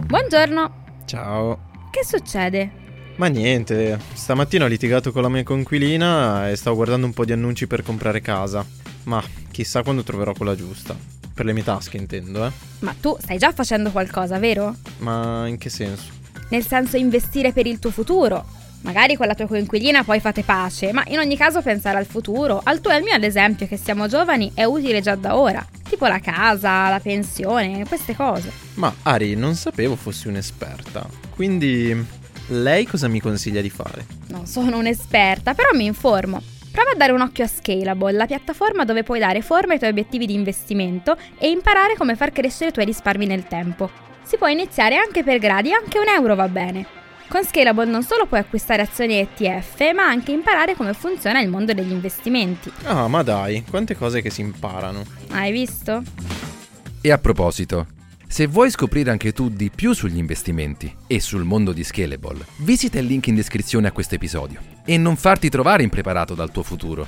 Buongiorno. Ciao. Che succede? Ma niente, stamattina ho litigato con la mia coinquilina e stavo guardando un po' di annunci per comprare casa. Ma chissà quando troverò quella giusta. Per le mie tasche intendo, eh. Ma tu stai già facendo qualcosa, vero? Ma in che senso? Nel senso investire per il tuo futuro. Magari con la tua coinquilina poi fate pace, ma in ogni caso pensare al futuro, al tuo e al mio ad esempio, che siamo giovani, è utile già da ora. Tipo la casa, la pensione, queste cose. Ma Ari, non sapevo fossi un'esperta. Quindi, lei cosa mi consiglia di fare? Non sono un'esperta, però mi informo. Prova a dare un occhio a Scalable, la piattaforma dove puoi dare forma ai tuoi obiettivi di investimento e imparare come far crescere i tuoi risparmi nel tempo. Si può iniziare anche per gradi, anche €1 va bene. Con Scalable non solo puoi acquistare azioni e ETF, ma anche imparare come funziona il mondo degli investimenti. Ah, ma dai, quante cose che si imparano. Hai visto? E a proposito, se vuoi scoprire anche tu di più sugli investimenti e sul mondo di Scalable, visita il link in descrizione a questo episodio e non farti trovare impreparato dal tuo futuro.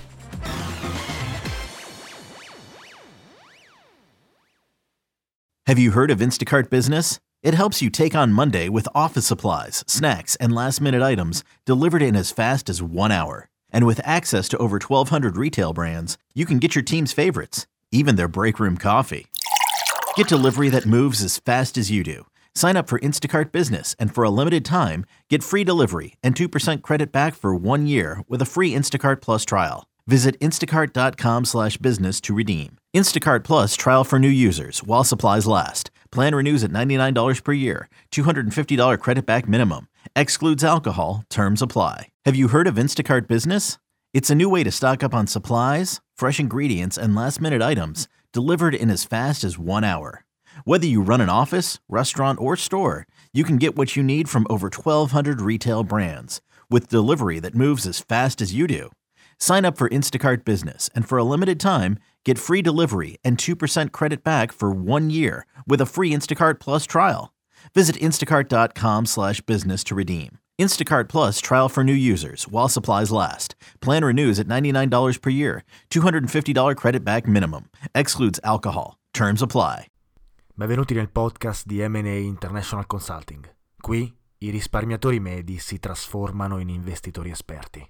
Have you heard of Instacart Business? It helps you take on Monday with office supplies, snacks, and last-minute items delivered in as fast as 1 hour. And with access to over 1,200 retail brands, you can get your team's favorites, even their break room coffee. Get delivery that moves as fast as you do. Sign up for Instacart Business, and for a limited time, get free delivery and 2% credit back for 1 year with a free Instacart Plus trial. Visit instacart.com/business to redeem. Instacart Plus trial for new users while supplies last. Plan renews at $99 per year. $250 credit back minimum. Excludes alcohol. Terms apply. Have you heard of Instacart Business? It's a new way to stock up on supplies, fresh ingredients, and last-minute items delivered in as fast as 1 hour. Whether you run an office, restaurant, or store, you can get what you need from over 1,200 retail brands with delivery that moves as fast as you do. Sign up for Instacart Business, and for a limited time, get free delivery and 2% credit back for 1 year with a free Instacart Plus trial. Visit instacart.com/business to redeem. Instacart Plus trial for new users while supplies last. Plan renews at $99 per year. $250 credit back minimum. Excludes alcohol. Terms apply. Benvenuti nel podcast di M&A International Consulting. Qui i risparmiatori medi si trasformano in investitori esperti.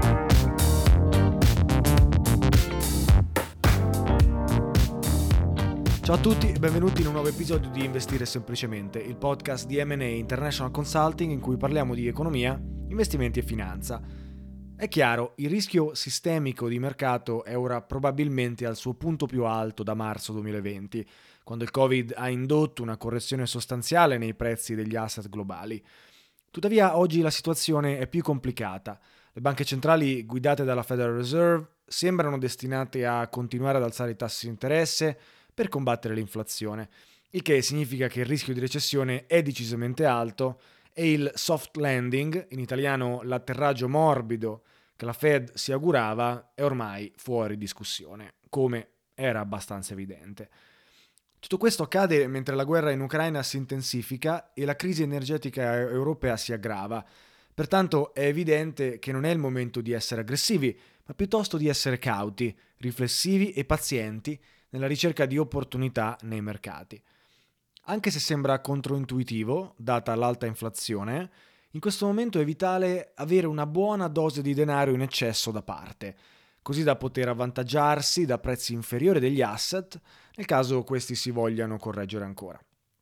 Ciao a tutti e benvenuti in un nuovo episodio di Investire Semplicemente, il podcast di M&A International Consulting in cui parliamo di economia, investimenti e finanza. È chiaro, il rischio sistemico di mercato è ora probabilmente al suo punto più alto da marzo 2020, quando il Covid ha indotto una correzione sostanziale nei prezzi degli asset globali. Tuttavia oggi la situazione è più complicata. Le banche centrali guidate dalla Federal Reserve sembrano destinate a continuare ad alzare i tassi di interesse per combattere l'inflazione, il che significa che il rischio di recessione è decisamente alto e il soft landing, in italiano l'atterraggio morbido che la Fed si augurava, è ormai fuori discussione, come era abbastanza evidente. Tutto questo accade mentre la guerra in Ucraina si intensifica e la crisi energetica europea si aggrava. Pertanto è evidente che non è il momento di essere aggressivi, ma piuttosto di essere cauti, riflessivi e pazienti nella ricerca di opportunità nei mercati. Anche se sembra controintuitivo, data l'alta inflazione, in questo momento è vitale avere una buona dose di denaro in eccesso da parte, così da poter avvantaggiarsi da prezzi inferiori degli asset nel caso questi si vogliano correggere ancora.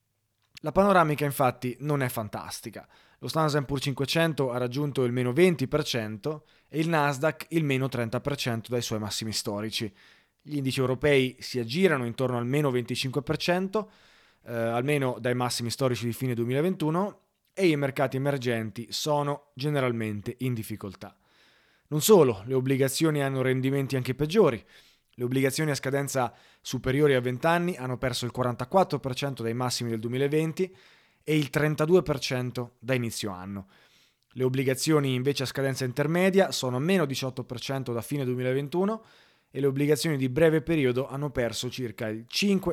La panoramica infatti non è fantastica. Lo Standard & Poor's 500 ha raggiunto il meno 20% e il Nasdaq il meno 30% dai suoi massimi storici. Gli indici europei si aggirano intorno al meno 25%, almeno dai massimi storici di fine 2021, e i mercati emergenti sono generalmente in difficoltà. Non solo, le obbligazioni hanno rendimenti anche peggiori. Le obbligazioni a scadenza superiori a 20 anni hanno perso il 44% dai massimi del 2020 e il 32% da inizio anno. Le obbligazioni invece a scadenza intermedia sono a meno 18% da fine 2021 e le obbligazioni di breve periodo hanno perso circa il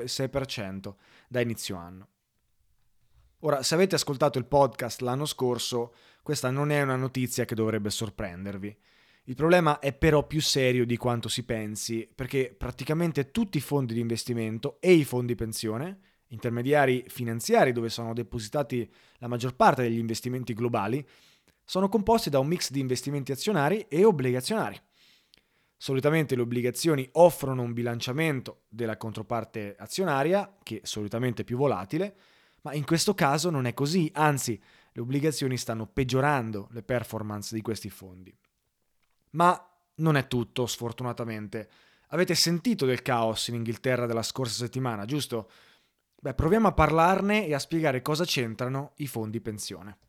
5-6% da inizio anno. Ora, se avete ascoltato il podcast l'anno scorso, questa non è una notizia che dovrebbe sorprendervi. Il problema è però più serio di quanto si pensi, perché praticamente tutti i fondi di investimento e i fondi pensione, intermediari finanziari dove sono depositati la maggior parte degli investimenti globali, sono composti da un mix di investimenti azionari e obbligazionari. Solitamente le obbligazioni offrono un bilanciamento della controparte azionaria, che solitamente è più volatile, ma in questo caso non è così, anzi, le obbligazioni stanno peggiorando le performance di questi fondi. Ma non è tutto, sfortunatamente. Avete sentito del caos in Inghilterra della scorsa settimana, giusto? Proviamo a parlarne e a spiegare cosa c'entrano i fondi pensione.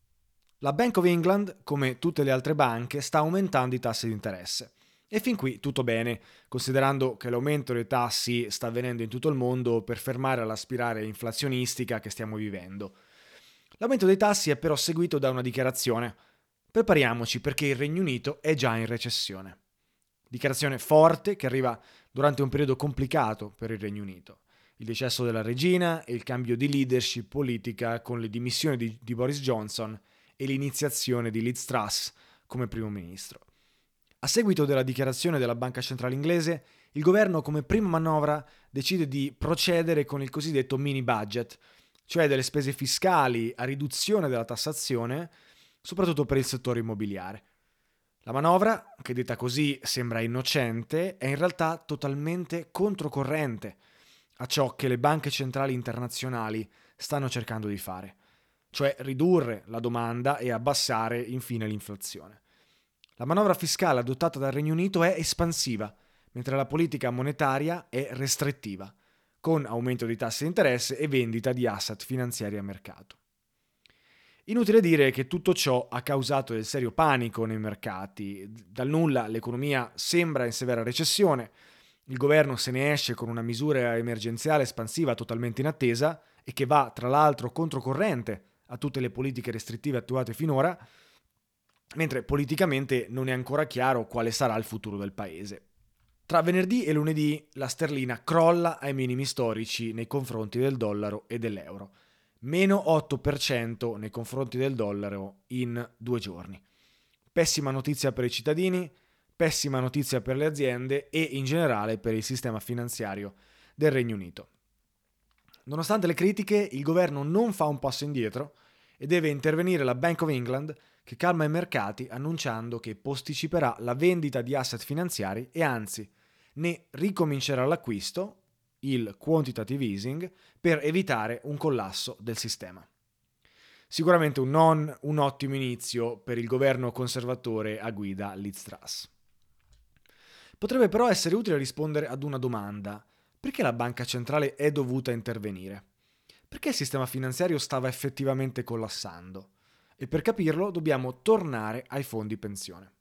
La Bank of England, come tutte le altre banche, sta aumentando i tassi di interesse. E fin qui tutto bene, considerando che l'aumento dei tassi sta avvenendo in tutto il mondo per fermare la spirale inflazionistica che stiamo vivendo. L'aumento dei tassi è però seguito da una dichiarazione. Prepariamoci perché il Regno Unito è già in recessione. Dichiarazione forte che arriva durante un periodo complicato per il Regno Unito. Il decesso della regina e il cambio di leadership politica con le dimissioni di Boris Johnson e l'iniziazione di Liz Truss come primo ministro. A seguito della dichiarazione della Banca Centrale Inglese, il governo come prima manovra decide di procedere con il cosiddetto mini budget, cioè delle spese fiscali a riduzione della tassazione, soprattutto per il settore immobiliare. La manovra, che detta così sembra innocente, è in realtà totalmente controcorrente a ciò che le banche centrali internazionali stanno cercando di fare, cioè ridurre la domanda e abbassare infine l'inflazione. La manovra fiscale adottata dal Regno Unito è espansiva, mentre la politica monetaria è restrittiva, con aumento dei tassi di interesse e vendita di asset finanziari a mercato. Inutile dire che tutto ciò ha causato del serio panico nei mercati. Dal nulla l'economia sembra in severa recessione, il governo se ne esce con una misura emergenziale espansiva totalmente inattesa e che va tra l'altro controcorrente a tutte le politiche restrittive attuate finora, mentre politicamente non è ancora chiaro quale sarà il futuro del paese. Tra venerdì e lunedì la sterlina crolla ai minimi storici nei confronti del dollaro e dell'euro, meno 8% nei confronti del dollaro in 2 giorni. Pessima notizia per i cittadini, pessima notizia per le aziende e in generale per il sistema finanziario del Regno Unito. Nonostante le critiche, il governo non fa un passo indietro e deve intervenire la Bank of England, che calma i mercati annunciando che posticiperà la vendita di asset finanziari e anzi ne ricomincerà l'acquisto, il quantitative easing, per evitare un collasso del sistema. Sicuramente non un ottimo inizio per il governo conservatore a guida Liz Truss. Potrebbe però essere utile rispondere ad una domanda: perché la banca centrale è dovuta intervenire? Perché il sistema finanziario stava effettivamente collassando? E per capirlo dobbiamo tornare ai fondi pensione.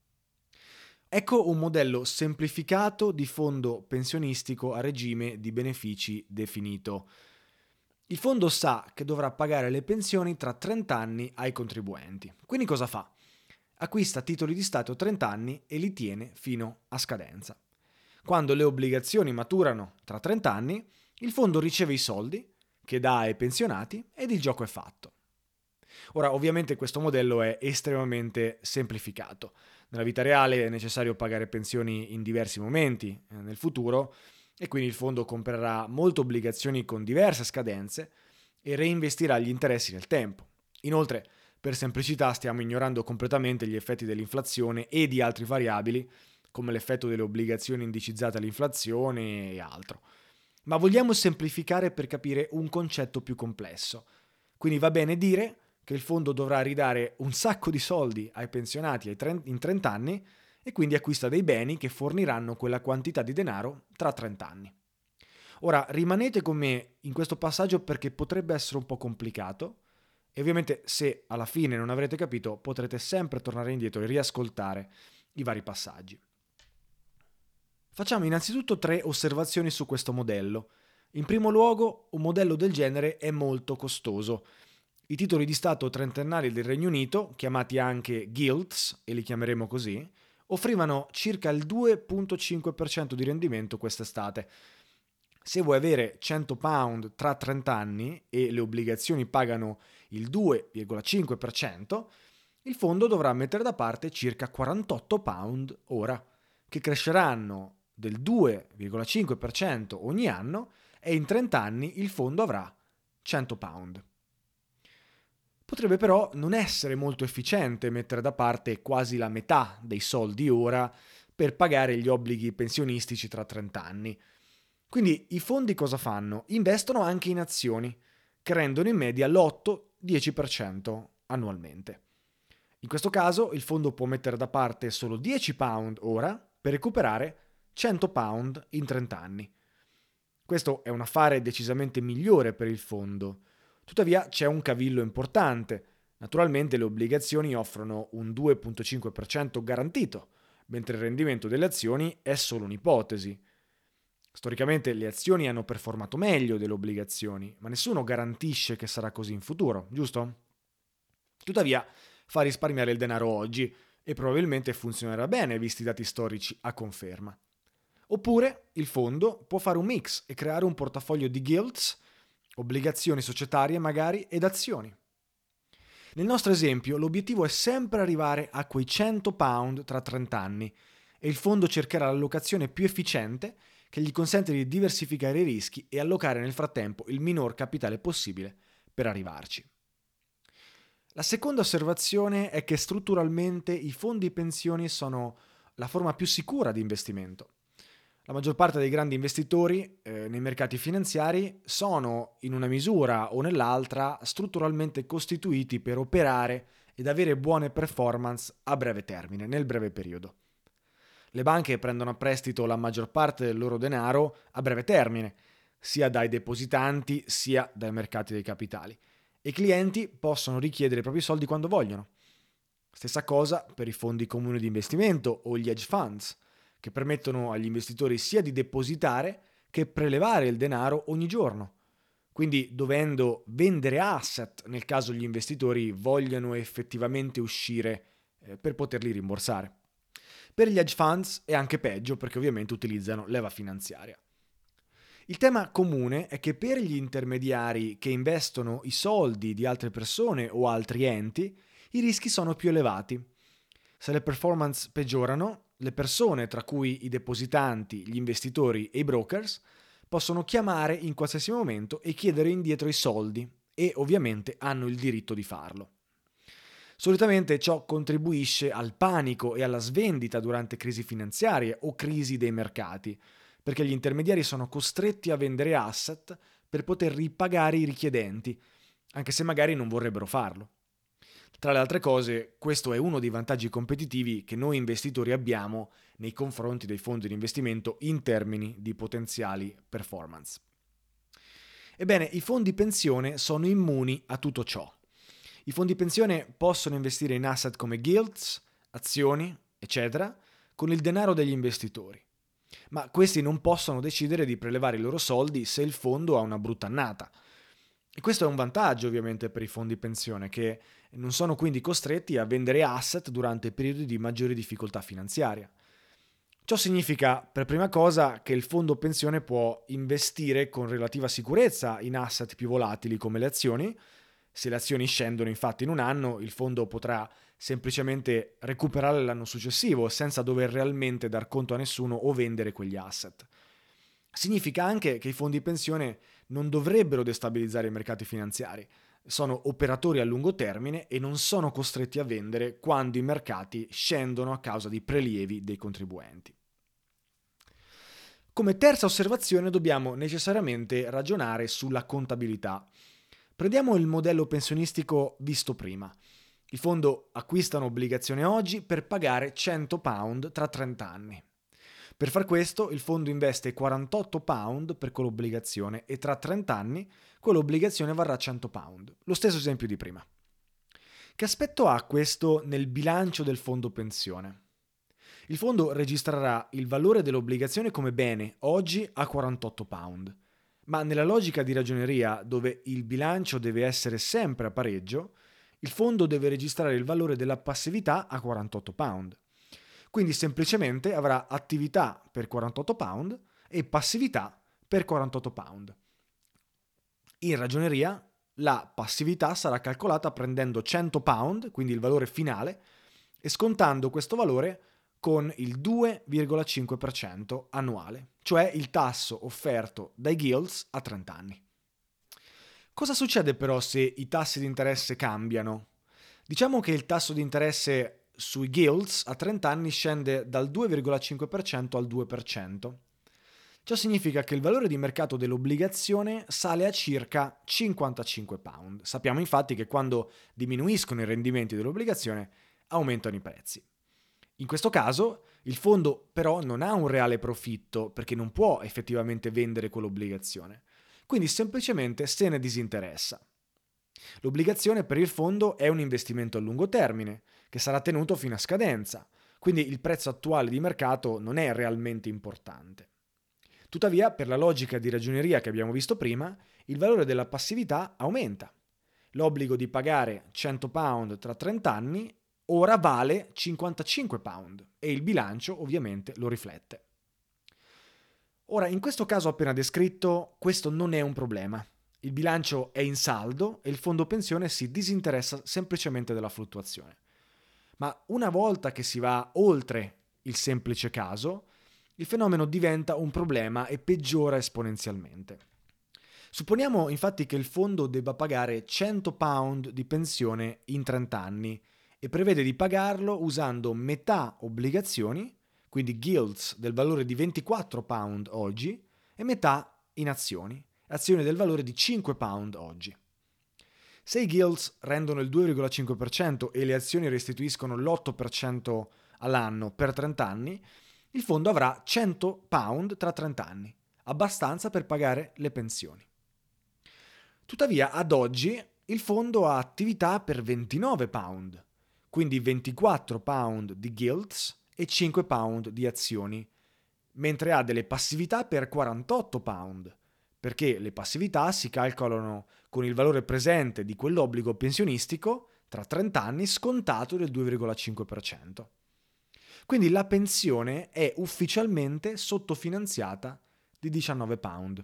Ecco un modello semplificato di fondo pensionistico a regime di benefici definito. Il fondo sa che dovrà pagare le pensioni tra 30 anni ai contribuenti. Quindi cosa fa? Acquista titoli di Stato a 30 anni e li tiene fino a scadenza. Quando le obbligazioni maturano tra 30 anni, il fondo riceve i soldi che dà ai pensionati ed il gioco è fatto. Ora, ovviamente questo modello è estremamente semplificato. Nella vita reale è necessario pagare pensioni in diversi momenti nel futuro e quindi il fondo comprerà molte obbligazioni con diverse scadenze e reinvestirà gli interessi nel tempo. Inoltre, per semplicità, stiamo ignorando completamente gli effetti dell'inflazione e di altre variabili, come l'effetto delle obbligazioni indicizzate all'inflazione e altro. Ma vogliamo semplificare per capire un concetto più complesso. Quindi va bene dire che il fondo dovrà ridare un sacco di soldi ai pensionati in 30 anni e quindi acquista dei beni che forniranno quella quantità di denaro tra 30 anni. Ora, rimanete con me in questo passaggio perché potrebbe essere un po' complicato e ovviamente se alla fine non avrete capito potrete sempre tornare indietro e riascoltare i vari passaggi. Facciamo innanzitutto 3 osservazioni su questo modello. In primo luogo, un modello del genere è molto costoso. I titoli di Stato trentennali del Regno Unito, chiamati anche gilts, e li chiameremo così, offrivano circa il 2,5% di rendimento quest'estate. Se vuoi avere 100 pound tra 30 anni e le obbligazioni pagano il 2,5%, il fondo dovrà mettere da parte circa 48 pound ora, che cresceranno del 2,5% ogni anno e in 30 anni il fondo avrà 100 pound. Potrebbe però non essere molto efficiente mettere da parte quasi la metà dei soldi ora per pagare gli obblighi pensionistici tra 30 anni. Quindi i fondi cosa fanno? Investono anche in azioni, che rendono in media l'8-10% annualmente. In questo caso il fondo può mettere da parte solo 10 pound ora per recuperare 100 pound in 30 anni. Questo è un affare decisamente migliore per il fondo. Tuttavia c'è un cavillo importante. Naturalmente le obbligazioni offrono un 2,5% garantito, mentre il rendimento delle azioni è solo un'ipotesi. Storicamente le azioni hanno performato meglio delle obbligazioni, ma nessuno garantisce che sarà così in futuro, giusto? Tuttavia, fa risparmiare il denaro oggi e probabilmente funzionerà bene visti i dati storici a conferma. Oppure il fondo può fare un mix e creare un portafoglio di gilts, obbligazioni societarie magari ed azioni. Nel nostro esempio l'obiettivo è sempre arrivare a quei 100 pound tra 30 anni e il fondo cercherà l'allocazione più efficiente che gli consente di diversificare i rischi e allocare nel frattempo il minor capitale possibile per arrivarci. La seconda osservazione è che strutturalmente i fondi pensioni sono la forma più sicura di investimento. La maggior parte dei grandi investitori nei mercati finanziari sono in una misura o nell'altra strutturalmente costituiti per operare ed avere buone performance a breve termine, nel breve periodo. Le banche prendono a prestito la maggior parte del loro denaro a breve termine, sia dai depositanti sia dai mercati dei capitali, e i clienti possono richiedere i propri soldi quando vogliono. Stessa cosa per i fondi comuni di investimento o gli hedge funds, che permettono agli investitori sia di depositare che prelevare il denaro ogni giorno, quindi dovendo vendere asset nel caso gli investitori vogliano effettivamente uscire per poterli rimborsare. Per gli hedge funds è anche peggio perché ovviamente utilizzano leva finanziaria. Il tema comune è che per gli intermediari che investono i soldi di altre persone o altri enti, i rischi sono più elevati. Se le performance peggiorano, le persone, tra cui i depositanti, gli investitori e i brokers, possono chiamare in qualsiasi momento e chiedere indietro i soldi e ovviamente hanno il diritto di farlo. Solitamente ciò contribuisce al panico e alla svendita durante crisi finanziarie o crisi dei mercati, perché gli intermediari sono costretti a vendere asset per poter ripagare i richiedenti, anche se magari non vorrebbero farlo. Tra le altre cose, questo è uno dei vantaggi competitivi che noi investitori abbiamo nei confronti dei fondi di investimento in termini di potenziali performance. Ebbene, i fondi pensione sono immuni a tutto ciò. I fondi pensione possono investire in asset come gilts, azioni, eccetera, con il denaro degli investitori. Ma questi non possono decidere di prelevare i loro soldi se il fondo ha una brutta annata. E questo è un vantaggio ovviamente per i fondi pensione, che non sono quindi costretti a vendere asset durante periodi di maggiore difficoltà finanziaria. Ciò significa, per prima cosa, che il fondo pensione può investire con relativa sicurezza in asset più volatili come le azioni. Se le azioni scendono infatti in un anno, il fondo potrà semplicemente recuperare l'anno successivo senza dover realmente dar conto a nessuno o vendere quegli asset. Significa anche che i fondi pensione non dovrebbero destabilizzare i mercati finanziari, sono operatori a lungo termine e non sono costretti a vendere quando i mercati scendono a causa di prelievi dei contribuenti. Come terza osservazione dobbiamo necessariamente ragionare sulla contabilità. Prendiamo il modello pensionistico visto prima. Il fondo acquista un'obbligazione oggi per pagare 100 pound tra 30 anni. Per far questo il fondo investe 48 pound per quell'obbligazione e tra 30 anni quell'obbligazione varrà 100 pound. Lo stesso esempio di prima. Che aspetto ha questo nel bilancio del fondo pensione? Il fondo registrerà il valore dell'obbligazione come bene oggi a 48 pound, ma nella logica di ragioneria dove il bilancio deve essere sempre a pareggio, il fondo deve registrare il valore della passività a 48 pound. Quindi semplicemente avrà attività per 48 pound e passività per 48 pound. In ragioneria la passività sarà calcolata prendendo 100 pound, quindi il valore finale, e scontando questo valore con il 2,5% annuale, cioè il tasso offerto dai Gilts a 30 anni. Cosa succede però se i tassi di interesse cambiano? Diciamo che il tasso di interesse sui Gilts a 30 anni scende dal 2,5% al 2%. Ciò significa che il valore di mercato dell'obbligazione sale a circa 55 pound. Sappiamo infatti che quando diminuiscono i rendimenti dell'obbligazione aumentano i prezzi. In questo caso il fondo però non ha un reale profitto perché non può effettivamente vendere quell'obbligazione, quindi semplicemente se ne disinteressa. L'obbligazione per il fondo è un investimento a lungo termine che sarà tenuto fino a scadenza, quindi il prezzo attuale di mercato non è realmente importante. Tuttavia, per la logica di ragioneria che abbiamo visto prima, il valore della passività aumenta. L'obbligo di pagare 100 pound tra 30 anni ora vale 55 pound e il bilancio ovviamente lo riflette. Ora, in questo caso appena descritto, questo non è un problema. Il bilancio è in saldo e il fondo pensione si disinteressa semplicemente della fluttuazione. Ma una volta che si va oltre il semplice caso, il fenomeno diventa un problema e peggiora esponenzialmente. Supponiamo infatti che il fondo debba pagare 100 pound di pensione in 30 anni e prevede di pagarlo usando metà obbligazioni, quindi Gilts del valore di 24 pound oggi, e metà in azioni del valore di 5 pound oggi. Se i Gilts rendono il 2,5% e le azioni restituiscono l'8% all'anno per 30 anni, il fondo avrà 100 pound tra 30 anni, abbastanza per pagare le pensioni. Tuttavia, ad oggi, il fondo ha attività per 29 pound, quindi 24 pound di Gilts e 5 pound di azioni, mentre ha delle passività per 48 pound, perché le passività si calcolano con il valore presente di quell'obbligo pensionistico tra 30 anni scontato del 2,5%. Quindi la pensione è ufficialmente sottofinanziata di 19 pound.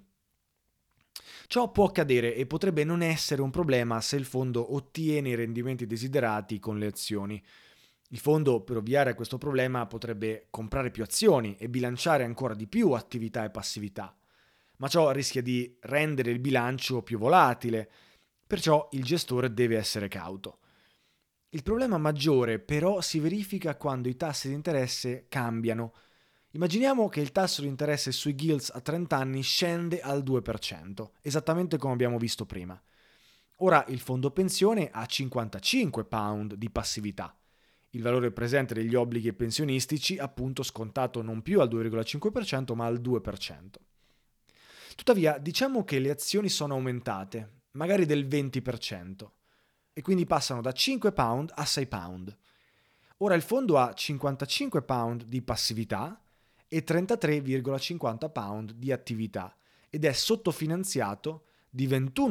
Ciò può accadere e potrebbe non essere un problema se il fondo ottiene i rendimenti desiderati con le azioni. Il fondo, per ovviare a questo problema, potrebbe comprare più azioni e bilanciare ancora di più attività e passività. Ma ciò rischia di rendere il bilancio più volatile, perciò il gestore deve essere cauto. Il problema maggiore però si verifica quando i tassi di interesse cambiano. Immaginiamo che il tasso di interesse sui Gilts a 30 anni scende al 2%, esattamente come abbiamo visto prima. Ora il fondo pensione ha 55 pound di passività. Il valore presente degli obblighi pensionistici appunto scontato non più al 2,5% ma al 2%. Tuttavia diciamo che le azioni sono aumentate, magari del 20%, e quindi passano da 5 pound a 6 pound. Ora il fondo ha 55 pound di passività e 33,50 pound di attività ed è sottofinanziato di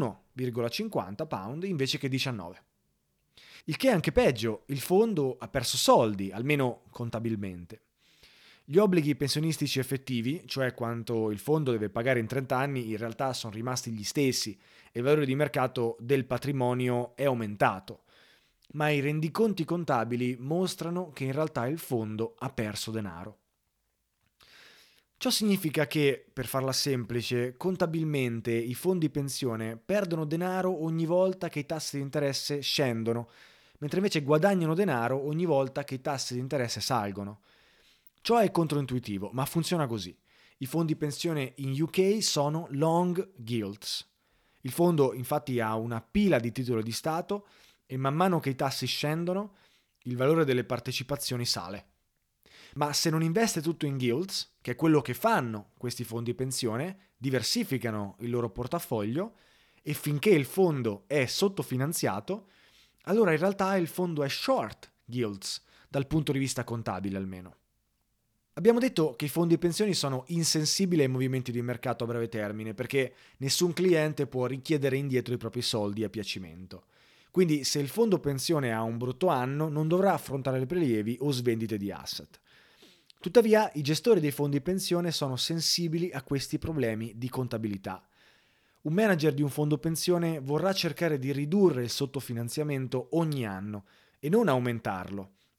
21,50 pound invece che 19. Il che è anche peggio, il fondo ha perso soldi, almeno contabilmente. Gli obblighi pensionistici effettivi, cioè quanto il fondo deve pagare in 30 anni, in realtà sono rimasti gli stessi e il valore di mercato del patrimonio è aumentato. Ma i rendiconti contabili mostrano che in realtà il fondo ha perso denaro. Ciò significa che, per farla semplice, contabilmente i fondi pensione perdono denaro ogni volta che i tassi di interesse scendono, mentre invece guadagnano denaro ogni volta che i tassi di interesse salgono. Ciò è controintuitivo, ma funziona così. I fondi pensione in UK sono long gilts. Il fondo infatti ha una pila di titoli di Stato e man mano che i tassi scendono, il valore delle partecipazioni sale. Ma se non investe tutto in gilts, che è quello che fanno questi fondi pensione, diversificano il loro portafoglio e finché il fondo è sottofinanziato, allora in realtà il fondo è short gilts, dal punto di vista contabile almeno. Abbiamo detto che i fondi pensioni sono insensibili ai movimenti di mercato a breve termine perché nessun cliente può richiedere indietro i propri soldi a piacimento. Quindi se il fondo pensione ha un brutto anno non dovrà affrontare le prelievi o svendite di asset. Tuttavia i gestori dei fondi pensione sono sensibili a questi problemi di contabilità. Un manager di un fondo pensione vorrà cercare di ridurre il sottofinanziamento ogni anno e non aumentarlo,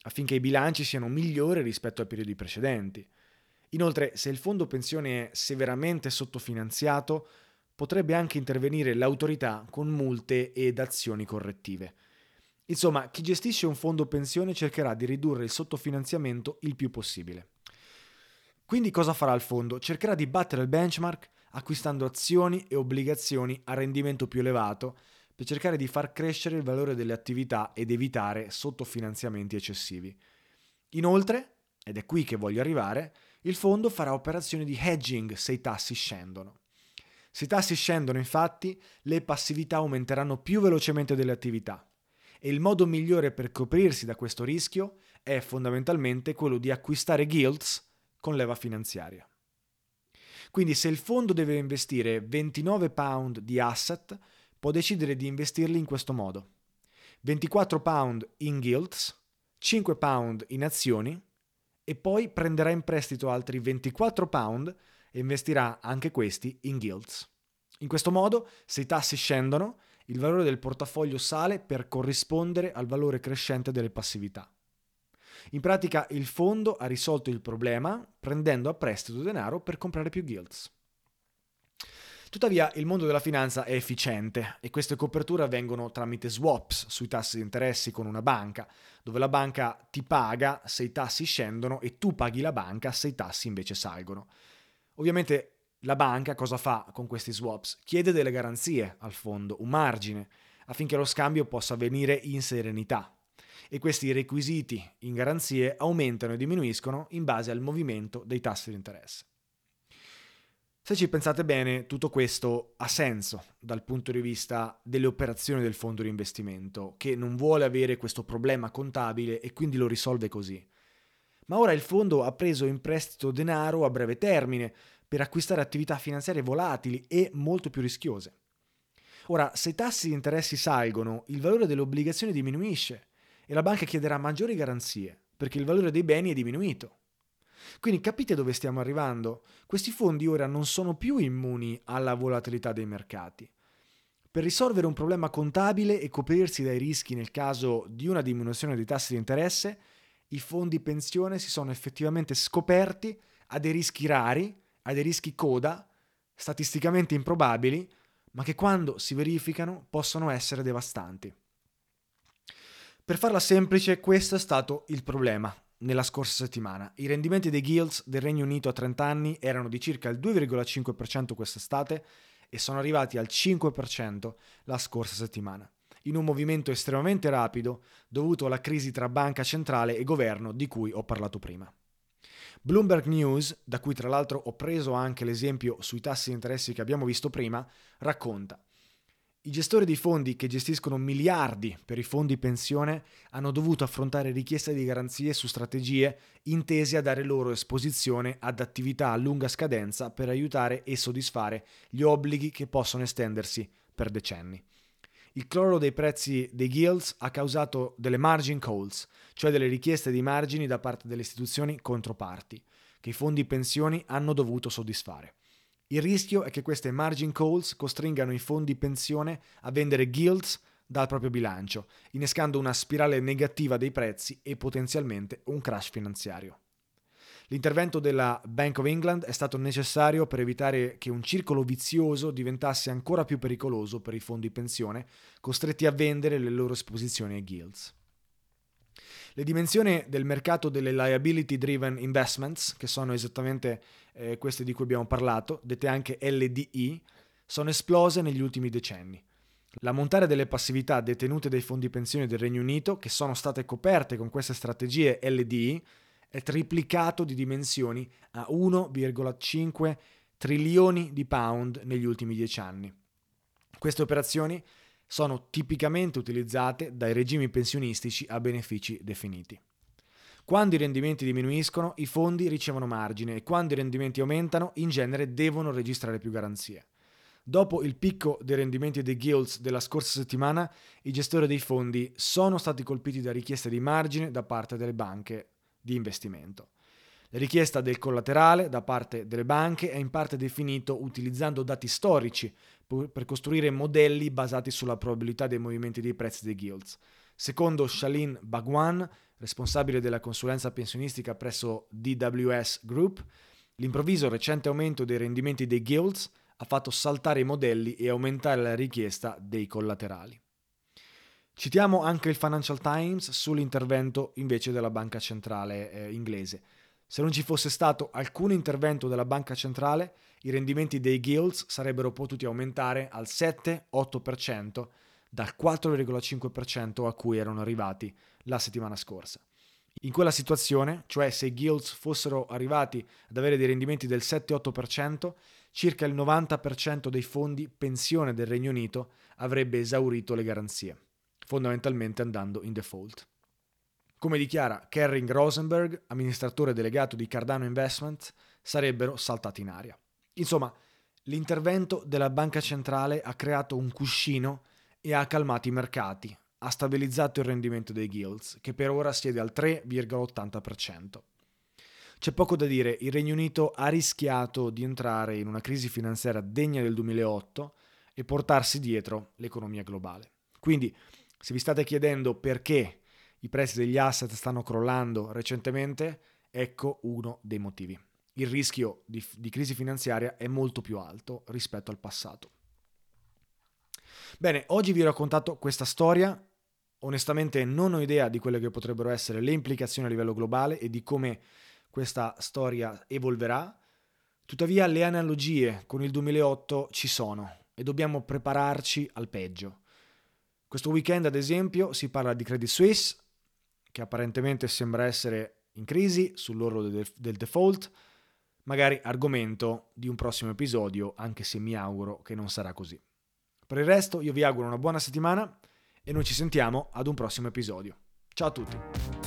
affinché i bilanci siano migliori rispetto ai periodi precedenti. Inoltre, se il fondo pensione è severamente sottofinanziato, potrebbe anche intervenire l'autorità con multe ed azioni correttive. Insomma, chi gestisce un fondo pensione cercherà di ridurre il sottofinanziamento il più possibile. Quindi cosa farà il fondo? Cercherà di battere il benchmark acquistando azioni e obbligazioni a rendimento più elevato per cercare di far crescere il valore delle attività ed evitare sottofinanziamenti eccessivi. Inoltre, ed è qui che voglio arrivare, il fondo farà operazioni di hedging se i tassi scendono. Se i tassi scendono, infatti, le passività aumenteranno più velocemente delle attività e il modo migliore per coprirsi da questo rischio è fondamentalmente quello di acquistare gilts con leva finanziaria. Quindi se il fondo deve investire 29 pound di asset, può decidere di investirli in questo modo: 24 pound in gilts, 5 pound in azioni e poi prenderà in prestito altri 24 pound e investirà anche questi in gilts. In questo modo, se i tassi scendono, il valore del portafoglio sale per corrispondere al valore crescente delle passività. In pratica il fondo ha risolto il problema prendendo a prestito denaro per comprare più gilts. Tuttavia il mondo della finanza è efficiente e queste coperture avvengono tramite swaps sui tassi di interessi con una banca, dove la banca ti paga se i tassi scendono e tu paghi la banca se i tassi invece salgono. Ovviamente la banca cosa fa con questi swaps? Chiede delle garanzie al fondo, un margine, affinché lo scambio possa avvenire in serenità. E questi requisiti in garanzie aumentano e diminuiscono in base al movimento dei tassi di interesse. Se ci pensate bene, tutto questo ha senso dal punto di vista delle operazioni del fondo di investimento, che non vuole avere questo problema contabile e quindi lo risolve così. Ma ora il fondo ha preso in prestito denaro a breve termine per acquistare attività finanziarie volatili e molto più rischiose. Ora, se i tassi di interessi salgono, il valore delle obbligazioni diminuisce e la banca chiederà maggiori garanzie perché il valore dei beni è diminuito. Quindi capite dove stiamo arrivando? Questi fondi ora non sono più immuni alla volatilità dei mercati. Per risolvere un problema contabile e coprirsi dai rischi nel caso di una diminuzione dei tassi di interesse, i fondi pensione si sono effettivamente scoperti a dei rischi rari, a dei rischi coda, statisticamente improbabili, ma che quando si verificano possono essere devastanti. Per farla semplice, questo è stato il problema nella scorsa settimana. I rendimenti dei gilts del Regno Unito a 30 anni erano di circa il 2,5% quest'estate e sono arrivati al 5% la scorsa settimana, in un movimento estremamente rapido dovuto alla crisi tra banca centrale e governo di cui ho parlato prima. Bloomberg News, da cui tra l'altro ho preso anche l'esempio sui tassi di interessi che abbiamo visto prima, racconta: i gestori di fondi che gestiscono miliardi per i fondi pensione hanno dovuto affrontare richieste di garanzie su strategie intese a dare loro esposizione ad attività a lunga scadenza per aiutare e soddisfare gli obblighi che possono estendersi per decenni. Il crollo dei prezzi dei gilts ha causato delle margin calls, cioè delle richieste di margini da parte delle istituzioni controparti, che i fondi pensioni hanno dovuto soddisfare. Il rischio è che queste margin calls costringano i fondi pensione a vendere gilts dal proprio bilancio, innescando una spirale negativa dei prezzi e potenzialmente un crash finanziario. L'intervento della Bank of England è stato necessario per evitare che un circolo vizioso diventasse ancora più pericoloso per i fondi pensione, costretti a vendere le loro esposizioni ai gilts. Le dimensioni del mercato delle liability driven investments, che sono esattamente queste di cui abbiamo parlato, dette anche LDI, sono esplose negli ultimi decenni. L'ammontare delle passività detenute dai fondi pensioni del Regno Unito, che sono state coperte con queste strategie LDI, è triplicato di dimensioni a 1,5 trilioni di pound negli ultimi 10 anni. Queste operazioni sono tipicamente utilizzate dai regimi pensionistici a benefici definiti. Quando i rendimenti diminuiscono, i fondi ricevono margine e quando i rendimenti aumentano, in genere devono registrare più garanzie. Dopo il picco dei rendimenti dei gilts della scorsa settimana, i gestori dei fondi sono stati colpiti da richieste di margine da parte delle banche di investimento. La richiesta del collaterale da parte delle banche è in parte definito utilizzando dati storici per costruire modelli basati sulla probabilità dei movimenti dei prezzi dei gilts. Secondo Shaleen Bhagwan, responsabile della consulenza pensionistica presso DWS Group, l'improvviso recente aumento dei rendimenti dei gilts ha fatto saltare i modelli e aumentare la richiesta dei collaterali. Citiamo anche il Financial Times sull'intervento invece della banca centrale inglese. Se non ci fosse stato alcun intervento della banca centrale, i rendimenti dei gilts sarebbero potuti aumentare al 7-8% dal 4,5% a cui erano arrivati la settimana scorsa. In quella situazione, cioè se i gilts fossero arrivati ad avere dei rendimenti del 7-8%, circa il 90% dei fondi pensione del Regno Unito avrebbe esaurito le garanzie, fondamentalmente andando in default. Come dichiara Kerring Rosenberg, amministratore delegato di Cardano Investment, sarebbero saltati in aria. Insomma, l'intervento della banca centrale ha creato un cuscino e ha calmato i mercati, ha stabilizzato il rendimento dei gilts, che per ora siede al 3,80%. C'è poco da dire, il Regno Unito ha rischiato di entrare in una crisi finanziaria degna del 2008 e portarsi dietro l'economia globale. Quindi, se vi state chiedendo perché i prezzi degli asset stanno crollando recentemente, ecco uno dei motivi. Il rischio di crisi finanziaria è molto più alto rispetto al passato. Bene, oggi vi ho raccontato questa storia. Onestamente non ho idea di quelle che potrebbero essere le implicazioni a livello globale e di come questa storia evolverà. Tuttavia le analogie con il 2008 ci sono e dobbiamo prepararci al peggio. Questo weekend, ad esempio, si parla di Credit Suisse, che apparentemente sembra essere in crisi, sull'orlo del default, magari argomento di un prossimo episodio, anche se mi auguro che non sarà così. Per il resto io vi auguro una buona settimana e noi ci sentiamo ad un prossimo episodio. Ciao a tutti!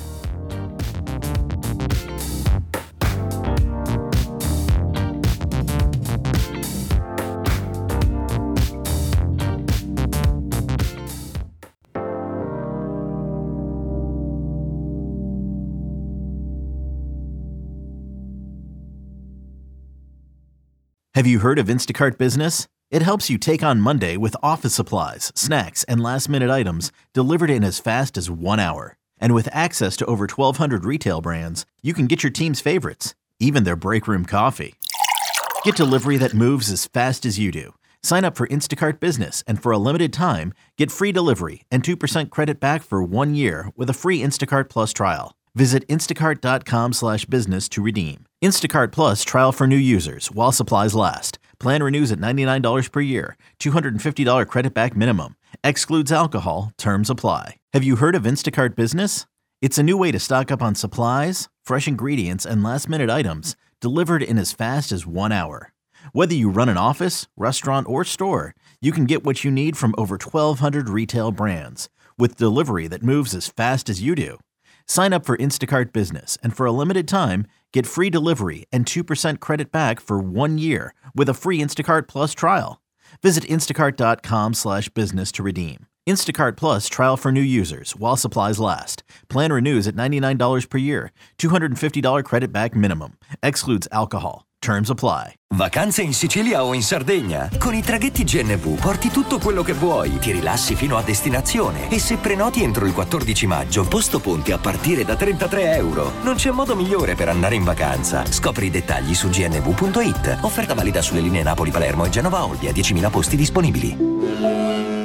Have you heard of Instacart Business? It helps you take on Monday with office supplies, snacks, and last-minute items delivered in as fast as 1 hour. And with access to over 1,200 retail brands, you can get your team's favorites, even their break room coffee. Get delivery that moves as fast as you do. Sign up for Instacart Business, and for a limited time, get free delivery and 2% credit back for 1 year with a free Instacart Plus trial. Visit instacart.com/business to redeem. Instacart Plus trial for new users while supplies last. Plan renews at $99 per year. $250 credit back minimum. Excludes alcohol. Terms apply. Have you heard of Instacart Business? It's a new way to stock up on supplies, fresh ingredients, and last-minute items delivered in as fast as 1 hour. Whether you run an office, restaurant, or store, you can get what you need from over 1,200 retail brands with delivery that moves as fast as you do. Sign up for Instacart Business, and for a limited time, get free delivery and 2% credit back for 1 year with a free Instacart Plus trial. Visit instacart.com/business to redeem. Instacart Plus trial for new users while supplies last. Plan renews at $99 per year. $250 credit back minimum. Excludes alcohol. Terms apply. Vacanze in Sicilia o in Sardegna. Con i traghetti GNV porti tutto quello che vuoi, ti rilassi fino a destinazione e se prenoti entro il 14 maggio, posto ponti a partire da €33. Non c'è modo migliore per andare in vacanza. Scopri i dettagli su gnv.it. Offerta valida sulle linee Napoli-Palermo e Genova-Olbia, 10.000 posti disponibili.